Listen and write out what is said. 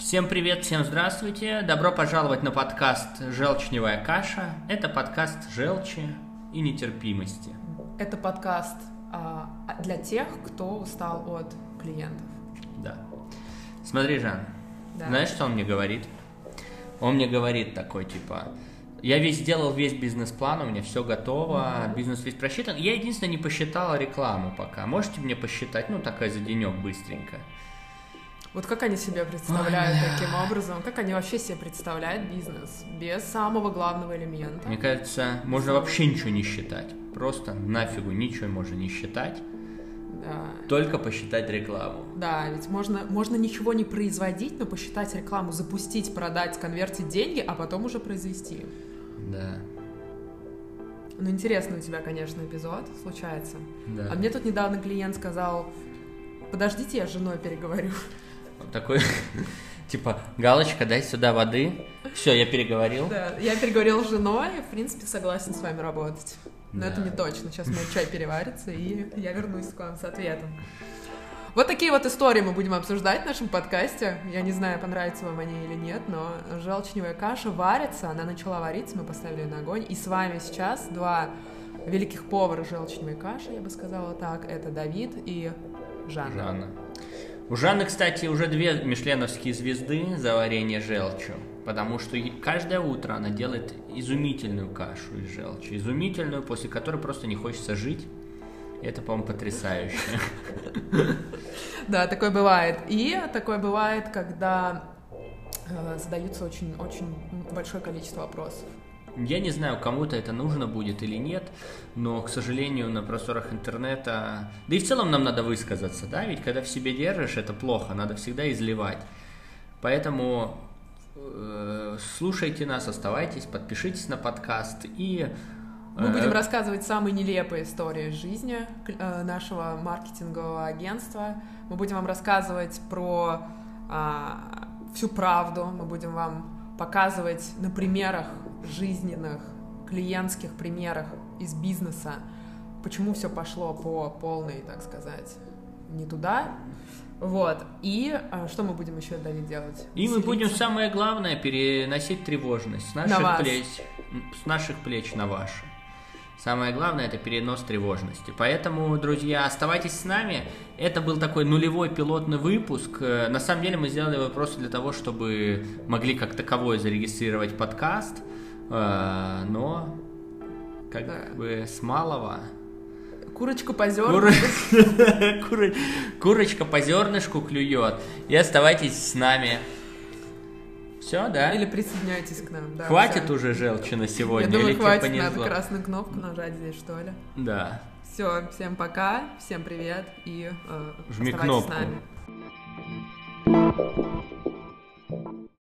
Всем привет, всем здравствуйте. Добро пожаловать на подкаст «Желчневая каша». Это подкаст желчи и нетерпимости. Это подкаст для тех, кто устал от клиентов. Да. Смотри, Жан, Да. знаешь, что он мне говорит? Он мне говорит такой, типа, я сделал весь бизнес-план, у меня все готово, бизнес весь просчитан. Я единственное не посчитала рекламу пока. Можете мне посчитать? Ну, такая за денек быстренько. Вот как они себе представляют таким образом? Как они вообще себе представляют бизнес без самого главного элемента? Мне кажется, можно вообще ничего не считать. Просто нафигу ничего можно не считать. Да. Только посчитать рекламу. Да, ведь можно ничего не производить, но посчитать рекламу, запустить, продать, сконвертить деньги, а потом уже произвести. Да. Ну, интересный у тебя, конечно, эпизод случается. Да. А мне тут недавно клиент сказал: подождите, я с женой переговорю. Вот такой, типа, галочка, дай сюда воды. Все, я переговорил. Да, я переговорил с женой, и, в принципе, согласен с вами работать. Но Да. это не точно. Сейчас мой чай переварится, и я вернусь к вам с ответом. Вот такие вот истории мы будем обсуждать в нашем подкасте. Я не знаю, понравятся вам они или нет, но желчневая каша варится, она начала вариться, мы поставили ее на огонь. И с вами сейчас два великих повара желчневой каши, я бы сказала так. Это Давид и Жанна. Жанна. У Жанны, кстати, уже 2 мишленовские звезды за варенье желчью, потому что каждое утро она делает изумительную кашу из желчи, изумительную, после которой просто не хочется жить. И это, по-моему, потрясающе. Да, такое бывает. И такое бывает, когда задаются очень большое количество вопросов. Я не знаю, кому-то это нужно будет или нет, но, к сожалению, на просторах интернета... Да и в целом нам надо высказаться, да? Ведь когда в себе держишь, это плохо, надо всегда изливать. Поэтому слушайте нас, оставайтесь, подпишитесь на подкаст и... Мы будем рассказывать самые нелепые истории из жизни нашего маркетингового агентства. Мы будем вам рассказывать про всю правду. Мы будем вам показывать на примерах жизненных, клиентских примерах из бизнеса, почему все пошло по полной, так сказать, не туда. Вот. И что мы будем еще, Давид, делать? И мы будем, самое главное, переносить тревожность с наших плеч на ваши. Самое главное — это перенос тревожности. Поэтому, друзья, оставайтесь с нами. Это был такой нулевой пилотный выпуск. На самом деле мы сделали его просто для того, чтобы могли как таковой зарегистрировать подкаст. Но как бы с малого... Курочка по зернышку. Курочка по зернышку клюет. И оставайтесь с нами. Все, да? Или присоединяйтесь к нам. Да, хватит все. уже желчи на сегодня? Я думаю, или хватит, тебе понесло? надо красную кнопку нажать здесь, что ли. Да. Все, всем пока, всем привет и Жми оставайтесь кнопку. с нами.